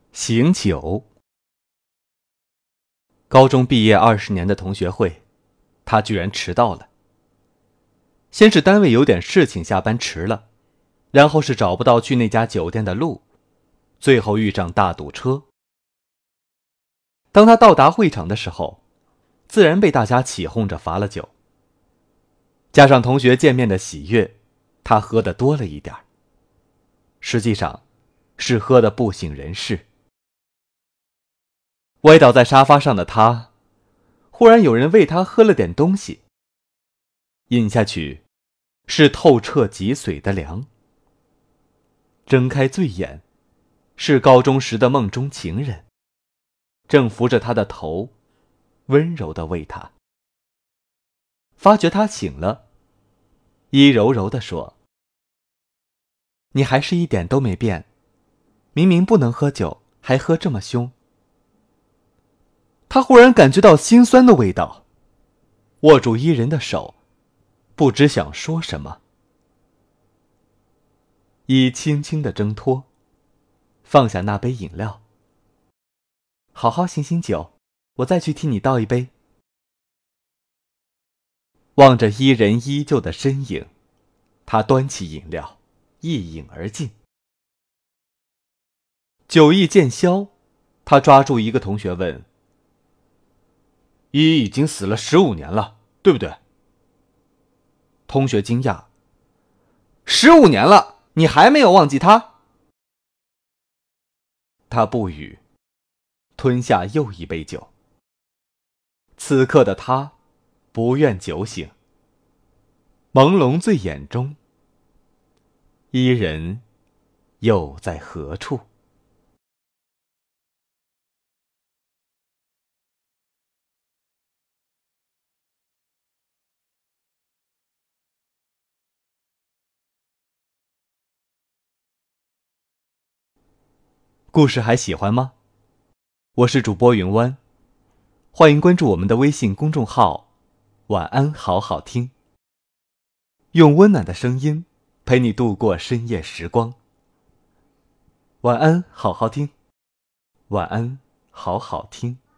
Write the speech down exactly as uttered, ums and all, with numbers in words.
醒酒。高中毕业二十年的同学会，他居然迟到了。先是单位有点事情下班迟了，然后是找不到去那家酒店的路，最后遇上大堵车。当他到达会场的时候，自然被大家起哄着罚了酒。加上同学见面的喜悦，他喝得多了一点，实际上是喝得不省人事。歪倒在沙发上的他，忽然有人喂他喝了点东西，饮下去是透彻脊髓的凉。睁开醉眼，是高中时的梦中情人，正扶着他的头，温柔地喂他。发觉他醒了，依柔柔地说：“你还是一点都没变，明明不能喝酒，还喝这么凶。”他忽然感觉到心酸的味道，握住伊人的手，不知想说什么。伊轻轻地挣脱，放下那杯饮料。好好醒醒酒，我再去替你倒一杯。望着伊人依旧的身影，他端起饮料，一饮而尽。酒意渐消，他抓住一个同学问：“伊已经死了十五年了，对不对？”同学惊讶：“十五年了，你还没有忘记他？”他不语，吞下又一杯酒。此刻的他不愿酒醒，朦胧醉眼中，伊人又在何处？故事还喜欢吗？我是主播云湾，欢迎关注我们的微信公众号晚安好好听，用温暖的声音陪你度过深夜时光。晚安好好听，晚安好好听。